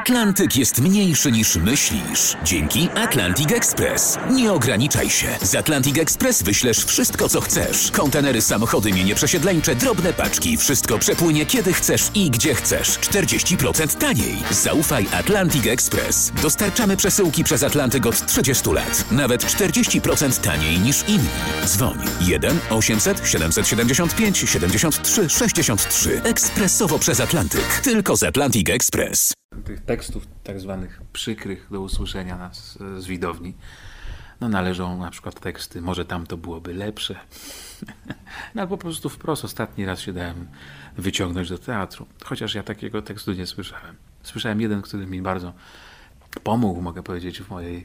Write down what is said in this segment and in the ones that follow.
Atlantyk jest mniejszy niż myślisz. Dzięki Atlantic Express. Nie ograniczaj się. Z Atlantic Express wyślesz wszystko, co chcesz. Kontenery, samochody, mienie przesiedleńcze, drobne paczki. Wszystko przepłynie kiedy chcesz i gdzie chcesz. 40% taniej. Zaufaj Atlantic Express. Dostarczamy przesyłki przez Atlantyk od 30 lat. Nawet 40% taniej niż inni. Dzwoń 1 800 775 73 63. Ekspresowo przez Atlantyk. Tylko z Atlantic Express. Tych tekstów tak zwanych przykrych do usłyszenia nas z widowni należą na przykład teksty może tam to byłoby lepsze. No po prostu wprost ostatni raz się dałem wyciągnąć do teatru, chociaż ja takiego tekstu nie słyszałem. Słyszałem jeden, który mi bardzo pomógł, mogę powiedzieć,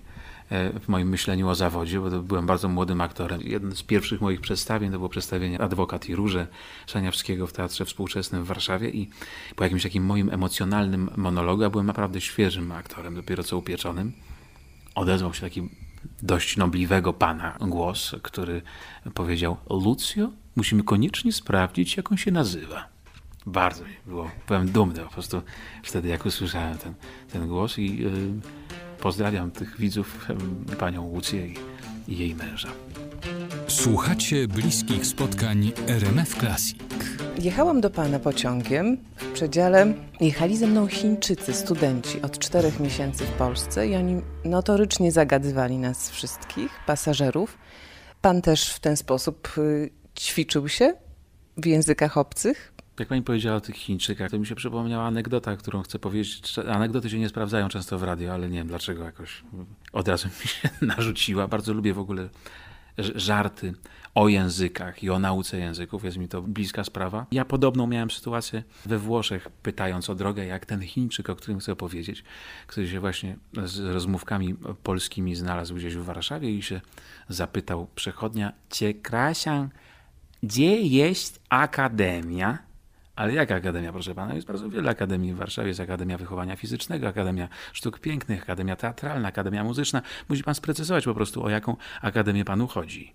w moim myśleniu o zawodzie, bo byłem bardzo młodym aktorem. Jeden z pierwszych moich przedstawień to było przedstawienie Adwokat i Róże Szaniawskiego w Teatrze Współczesnym w Warszawie i po jakimś takim moim emocjonalnym monologu, ja byłem naprawdę świeżym aktorem, dopiero co upieczonym, odezwał się taki dość nobliwego pana głos, który powiedział: Lucio, musimy koniecznie sprawdzić, jak on się nazywa. Bardzo mi było, byłem dumny po prostu wtedy, jak usłyszałem ten głos i pozdrawiam tych widzów, panią Łucję i jej męża. Słuchacie bliskich spotkań RMF Classic. Jechałam do pana pociągiem. W przedziale jechali ze mną Chińczycy, studenci od 4 miesięcy w Polsce i oni notorycznie zagadywali nas wszystkich, pasażerów. Pan też w ten sposób ćwiczył się w językach obcych? Jak pani powiedziała o tych Chińczykach, to mi się przypomniała anegdota, którą chcę powiedzieć. Anegdoty się nie sprawdzają często w radio, ale nie wiem dlaczego jakoś od razu mi się narzuciła. Bardzo lubię w ogóle żarty o językach i o nauce języków. Jest mi to bliska sprawa. Ja podobną miałem sytuację we Włoszech, pytając o drogę, jak ten Chińczyk, o którym chcę opowiedzieć, który się właśnie z rozmówkami polskimi znalazł gdzieś w Warszawie i się zapytał przechodnia: Przepraszam, gdzie jest akademia? Ale jaka akademia, proszę pana? Jest bardzo wiele akademii w Warszawie. Jest Akademia Wychowania Fizycznego, Akademia Sztuk Pięknych, Akademia Teatralna, Akademia Muzyczna. Musi pan sprecyzować po prostu, o jaką akademię panu chodzi.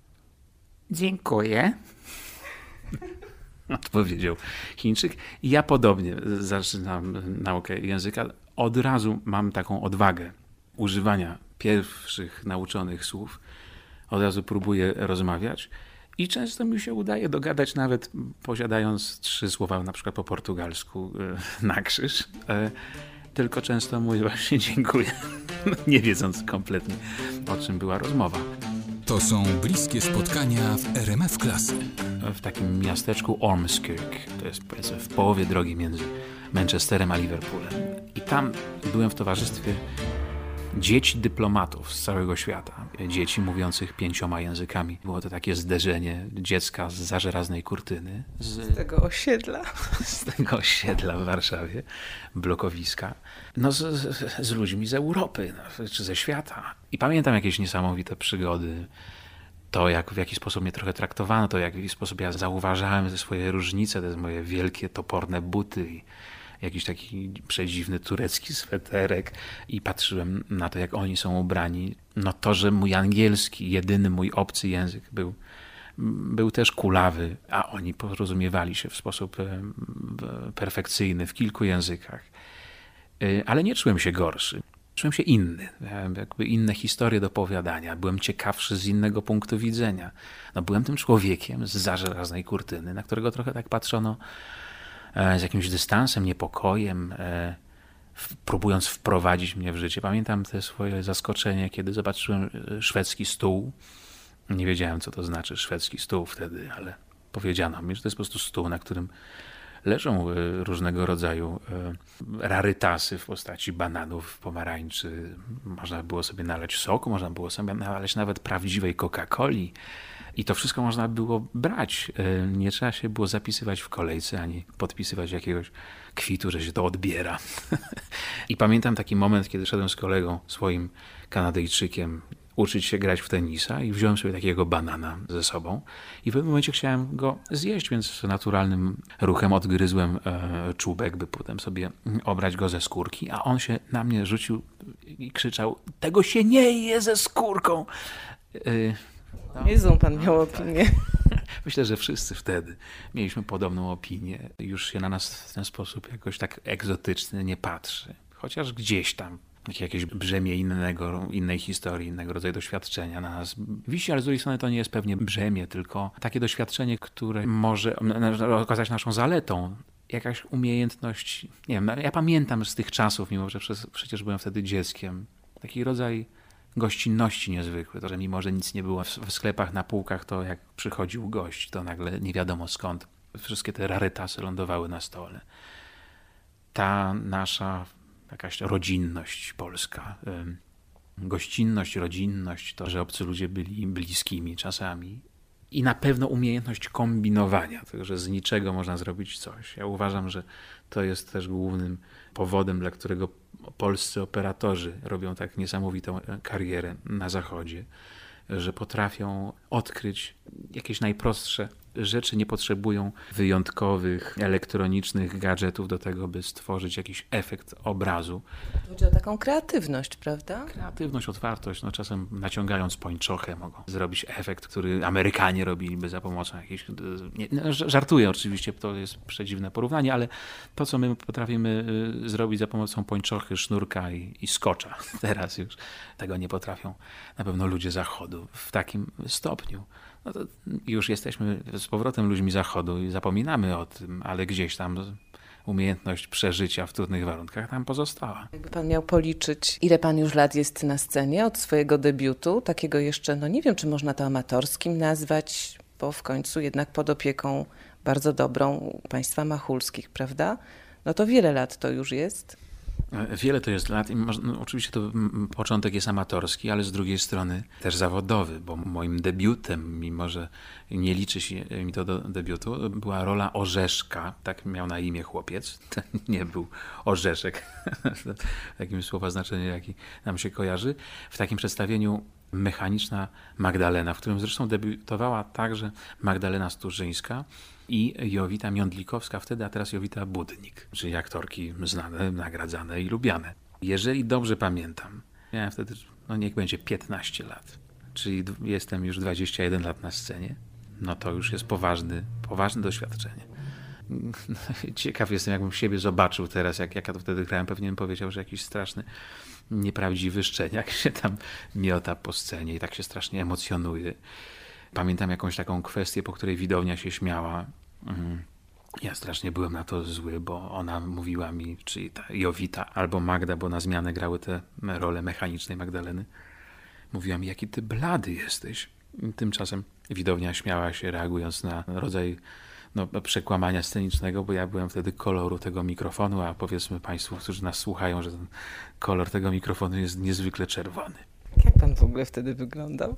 Dziękuję. Odpowiedział Chińczyk. I ja podobnie zaczynam naukę języka. Od razu mam taką odwagę używania pierwszych nauczonych słów. Od razu próbuję rozmawiać. I często mi się udaje dogadać, nawet posiadając 3 słowa na przykład po portugalsku na krzyż. Tylko często mówię właśnie dziękuję, nie wiedząc kompletnie, o czym była rozmowa. To są bliskie spotkania w RMF Classic. W takim miasteczku Ormskirk, to jest powiedzmy w połowie drogi między Manchesterem a Liverpoolem. I tam byłem w towarzystwie dzieci dyplomatów z całego świata. Dzieci mówiących 5 językami. Było to takie zderzenie dziecka z zażeraznej kurtyny. Z tego osiedla. Z tego osiedla w Warszawie, blokowiska. No z ludźmi z Europy, czy ze świata. I pamiętam jakieś niesamowite przygody. To, w jaki sposób mnie trochę traktowano, to w jaki sposób ja zauważałem te swoje różnice, te moje wielkie, toporne buty i jakiś taki przedziwny turecki sweterek i patrzyłem na to, jak oni są ubrani. No to, że mój angielski, jedyny mój obcy język był też kulawy, a oni porozumiewali się w sposób perfekcyjny w kilku językach. Ale nie czułem się gorszy. Czułem się inny. Miałem jakby inne historie do opowiadania. Byłem ciekawszy z innego punktu widzenia. No, byłem tym człowiekiem z zażeraznej kurtyny, na którego trochę tak patrzono z jakimś dystansem, niepokojem, próbując wprowadzić mnie w życie. Pamiętam te swoje zaskoczenie, kiedy zobaczyłem szwedzki stół. Nie wiedziałem, co to znaczy szwedzki stół wtedy, ale powiedziano mi, że to jest po prostu stół, na którym leżą różnego rodzaju rarytasy w postaci bananów, pomarańczy. Można było sobie nalać soku, można było sobie nalać nawet prawdziwej Coca-Coli. I to wszystko można było brać. Nie trzeba się było zapisywać w kolejce, ani podpisywać jakiegoś kwitu, że się to odbiera. I pamiętam taki moment, kiedy szedłem z kolegą, swoim Kanadyjczykiem, uczyć się grać w tenisa i wziąłem sobie takiego banana ze sobą i w pewnym momencie chciałem go zjeść, więc naturalnym ruchem odgryzłem czubek, by potem sobie obrać go ze skórki, a on się na mnie rzucił i krzyczał: tego się nie je ze skórką! Niezłą pan miał opinię. Myślę, że wszyscy wtedy mieliśmy podobną opinię. Już się na nas w ten sposób jakoś tak egzotycznie nie patrzy. chociaż gdzieś tam jakieś brzemię innej historii, innego rodzaju doświadczenia na nas wisi, ale z drugiej strony to nie jest pewnie brzemię, tylko takie doświadczenie, które może okazać się naszą zaletą. Jakaś umiejętność, nie wiem, ja pamiętam z tych czasów, mimo że przecież byłem wtedy dzieckiem, taki rodzaj gościnności niezwykły, to, że mimo, że nic nie było w sklepach, na półkach, to jak przychodził gość, to nagle nie wiadomo skąd wszystkie te rarytasy lądowały na stole. Ta nasza jakaś rodzinność polska, gościnność, rodzinność, to, że obcy ludzie byli bliskimi czasami i na pewno umiejętność kombinowania, tego, że z niczego można zrobić coś. Ja uważam, że to jest też głównym powodem, dla którego polscy operatorzy robią tak niesamowitą karierę na Zachodzie, że potrafią odkryć jakieś najprostsze rzeczy, nie potrzebują wyjątkowych elektronicznych gadżetów do tego, by stworzyć jakiś efekt obrazu. Chodzi o taką kreatywność, prawda? Kreatywność, otwartość, no czasem naciągając pończochę mogą zrobić efekt, który Amerykanie robiliby za pomocą jakichś... Żartuję oczywiście, to jest przedziwne porównanie, ale to, co my potrafimy zrobić za pomocą pończochy, sznurka i skocza, teraz już tego nie potrafią na pewno ludzie Zachodu w takim stopniu. No to już jesteśmy z powrotem ludźmi Zachodu i zapominamy o tym, ale gdzieś tam umiejętność przeżycia w trudnych warunkach tam pozostała. Jakby pan miał policzyć, ile pan już lat jest na scenie od swojego debiutu, takiego jeszcze, no nie wiem, czy można to amatorskim nazwać, bo w końcu jednak pod opieką bardzo dobrą państwa machulskich, prawda? No to wiele lat to już jest. Wiele to jest lat i oczywiście to początek jest amatorski, ale z drugiej strony też zawodowy, bo moim debiutem, mimo że nie liczy się mi to do debiutu, była rola Orzeszka, tak miał na imię chłopiec, to nie był Orzeszek, w takim słowa znaczeniu, jaki nam się kojarzy, w takim przedstawieniu Mechaniczna Magdalena, w którym zresztą debiutowała także Magdalena Sturzyńska i Jowita Miądlikowska wtedy, a teraz Jowita Budnik, czyli aktorki znane, nagradzane i lubiane. Jeżeli dobrze pamiętam, miałem wtedy, no niech będzie 15 lat, czyli jestem już 21 lat na scenie, no to już jest poważne doświadczenie. Ciekaw jestem, jakbym siebie zobaczył teraz, jak ja to wtedy grałem, pewnie bym powiedział, że jakiś straszny, nieprawdziwy szczeniak się tam miota po scenie i tak się strasznie emocjonuje. Pamiętam jakąś taką kwestię, po której widownia się śmiała. Ja strasznie byłem na to zły, bo ona mówiła mi, czyli ta Jowita albo Magda, bo na zmianę grały te role Mechanicznej Magdaleny. Mówiła mi, jaki ty blady jesteś. Tymczasem widownia śmiała się, reagując na rodzaj przekłamania scenicznego, bo ja byłem wtedy koloru tego mikrofonu, a powiedzmy państwu, którzy nas słuchają, że ten kolor tego mikrofonu jest niezwykle czerwony. Jak pan w ogóle wtedy wyglądał?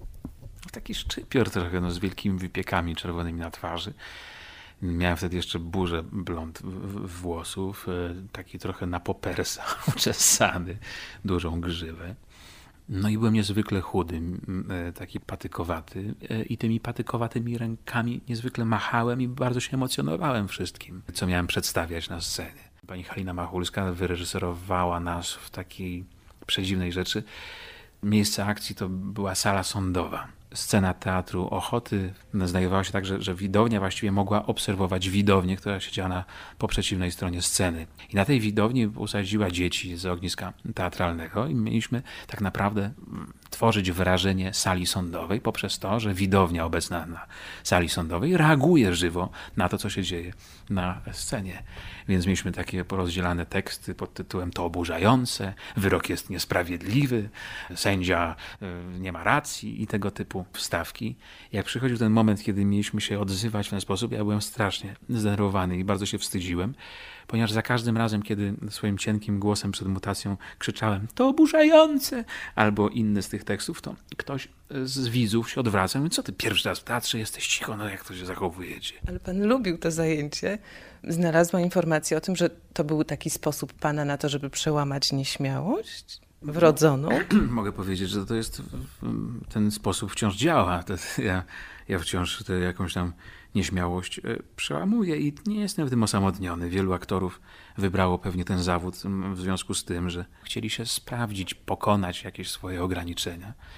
Taki szczypior trochę, z wielkimi wypiekami czerwonymi na twarzy. Miałem wtedy jeszcze burzę blond włosów, taki trochę na popersa uczesany, dużą grzywę. No i byłem niezwykle chudy, taki patykowaty i tymi patykowatymi rękami niezwykle machałem i bardzo się emocjonowałem wszystkim, co miałem przedstawiać na scenie. Pani Halina Machulska wyreżyserowała nas w takiej przedziwnej rzeczy. Miejsce akcji to była sala sądowa. Scena Teatru Ochoty znajdowała się tak, że widownia właściwie mogła obserwować widownię, która siedziała po przeciwnej stronie sceny. I na tej widowni usadziła dzieci z ogniska teatralnego i mieliśmy tak naprawdę tworzyć wrażenie sali sądowej poprzez to, że widownia obecna na sali sądowej reaguje żywo na to, co się dzieje na scenie. Więc mieliśmy takie porozdzielane teksty pod tytułem "To oburzające", "Wyrok jest niesprawiedliwy", "Sędzia nie ma racji" i tego typu wstawki. Jak przychodził ten moment, kiedy mieliśmy się odzywać w ten sposób, ja byłem strasznie zdenerwowany i bardzo się wstydziłem, ponieważ za każdym razem, kiedy swoim cienkim głosem przed mutacją krzyczałem "To oburzające" albo inny z tych tekstów, to ktoś z widzów się odwraca i mówi: "Co ty pierwszy raz w teatrze jesteś, cicho, no jak to się zachowujecie?" Ale pan lubił to zajęcie. Znalazłam informację o tym, że to był taki sposób pana na to, żeby przełamać nieśmiałość wrodzoną. Mogę powiedzieć, że to jest, ten sposób wciąż działa. Ja wciąż tę jakąś tam nieśmiałość przełamuję i nie jestem w tym osamotniony. Wielu aktorów wybrało pewnie ten zawód w związku z tym, że chcieli się sprawdzić, pokonać jakieś swoje ograniczenia.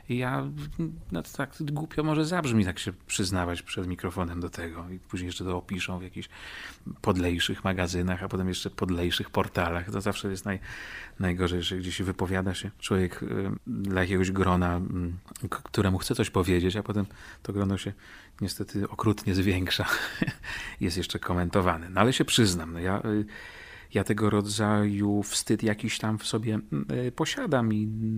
I ja, no to tak głupio może zabrzmi tak się przyznawać przed mikrofonem do tego i później jeszcze to opiszą w jakichś podlejszych magazynach, a potem jeszcze podlejszych portalach. To zawsze jest najgorzej, że gdzieś wypowiada się człowiek dla jakiegoś grona, któremu chce coś powiedzieć, a potem to grono się niestety okrutnie zwiększa. Jest jeszcze komentowane. No ale się przyznam, no ja tego rodzaju wstyd jakiś tam w sobie posiadam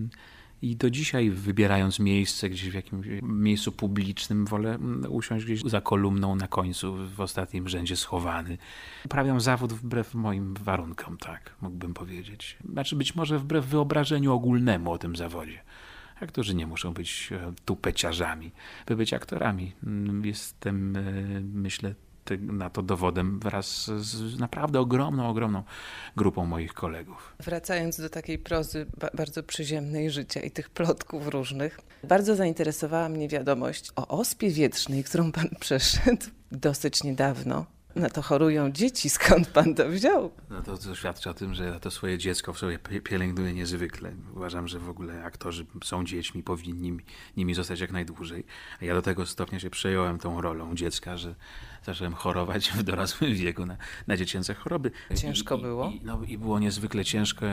i do dzisiaj, wybierając miejsce gdzieś w jakimś miejscu publicznym, wolę usiąść gdzieś za kolumną na końcu, w ostatnim rzędzie schowany. Uprawiam zawód wbrew moim warunkom, tak mógłbym powiedzieć. Znaczy być może wbrew wyobrażeniu ogólnemu o tym zawodzie. Aktorzy nie muszą być tupeciarzami, by być aktorami. Jestem, myślę, na to dowodem wraz z naprawdę ogromną grupą moich kolegów. Wracając do takiej prozy bardzo przyziemnej życia i tych plotków różnych, bardzo zainteresowała mnie wiadomość o ospie wietrznej, którą pan przeszedł dosyć niedawno. Na to chorują dzieci. Skąd pan to wziął? No to świadczy o tym, że ja to swoje dziecko w sobie pielęgnuję niezwykle. Uważam, że w ogóle aktorzy są dziećmi, powinni nimi zostać jak najdłużej. A ja do tego stopnia się przejąłem tą rolą dziecka, że zacząłem chorować w dorosłym wieku na dziecięce choroby. Ciężko było? I było niezwykle ciężko.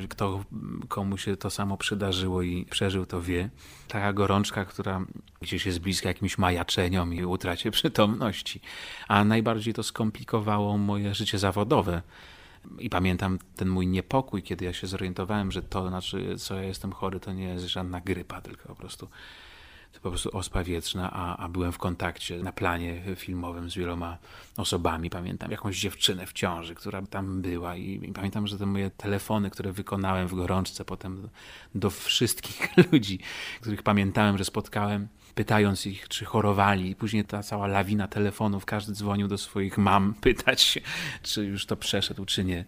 Komu się to samo przydarzyło i przeżył, to wie. Taka gorączka, która gdzieś jest bliska jakimś majaczeniom i utracie przytomności. A najbardziej to skomplikowało moje życie zawodowe. I pamiętam ten mój niepokój, kiedy ja się zorientowałem, że to, znaczy, co ja jestem chory, to nie jest żadna grypa, tylko po prostu ospa wietrzna, a byłem w kontakcie na planie filmowym z wieloma osobami. Pamiętam jakąś dziewczynę w ciąży, która tam była i pamiętam, że te moje telefony, które wykonałem w gorączce potem do wszystkich ludzi, których pamiętałem, że spotkałem, pytając ich, czy chorowali. I później ta cała lawina telefonów, każdy dzwonił do swoich mam pytać się, czy już to przeszedł, czy nie.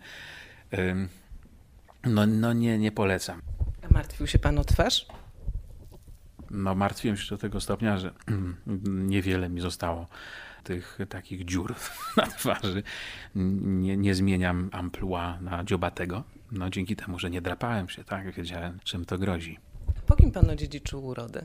Nie polecam. A martwił się pan o twarz? No, martwiłem się do tego stopnia, że niewiele mi zostało tych takich dziur na twarzy. Nie zmieniam amplua na dziobatego. No, dzięki temu, że nie drapałem się, tak? Wiedziałem, czym to grozi. Po kim pan odziedziczył urodę?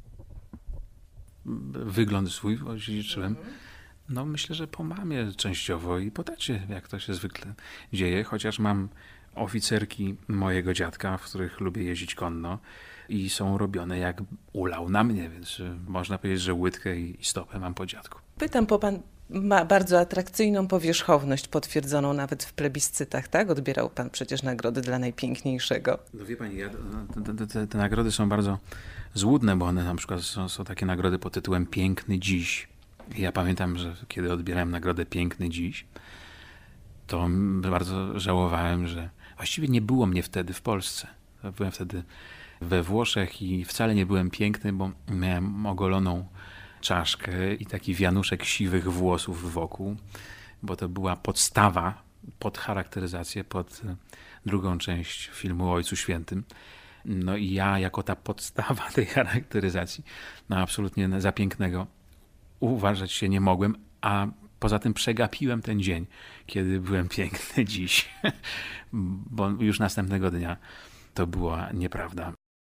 Wygląd swój odziedziczyłem. No, myślę, że po mamie częściowo i po tacie, jak to się zwykle dzieje, chociaż mam oficerki mojego dziadka, w których lubię jeździć konno i są robione jak ulał na mnie, więc można powiedzieć, że łydkę i stopę mam po dziadku. Pytam, bo pan ma bardzo atrakcyjną powierzchowność, potwierdzoną nawet w plebiscytach, tak? Odbierał pan przecież nagrody dla najpiękniejszego. No wie pani, te nagrody są bardzo złudne, bo one na przykład są takie nagrody pod tytułem Piękny Dziś. I ja pamiętam, że kiedy odbierałem nagrodę Piękny Dziś, to bardzo żałowałem, że właściwie nie było mnie wtedy w Polsce. Byłem wtedy we Włoszech i wcale nie byłem piękny, bo miałem ogoloną czaszkę i taki wianuszek siwych włosów wokół, bo to była podstawa pod charakteryzację, pod drugą część filmu o Ojcu Świętym. No i ja jako ta podstawa tej charakteryzacji, no absolutnie za pięknego uważać się nie mogłem, a poza tym przegapiłem ten dzień, kiedy byłem piękny dziś, bo już następnego dnia to była nieprawda.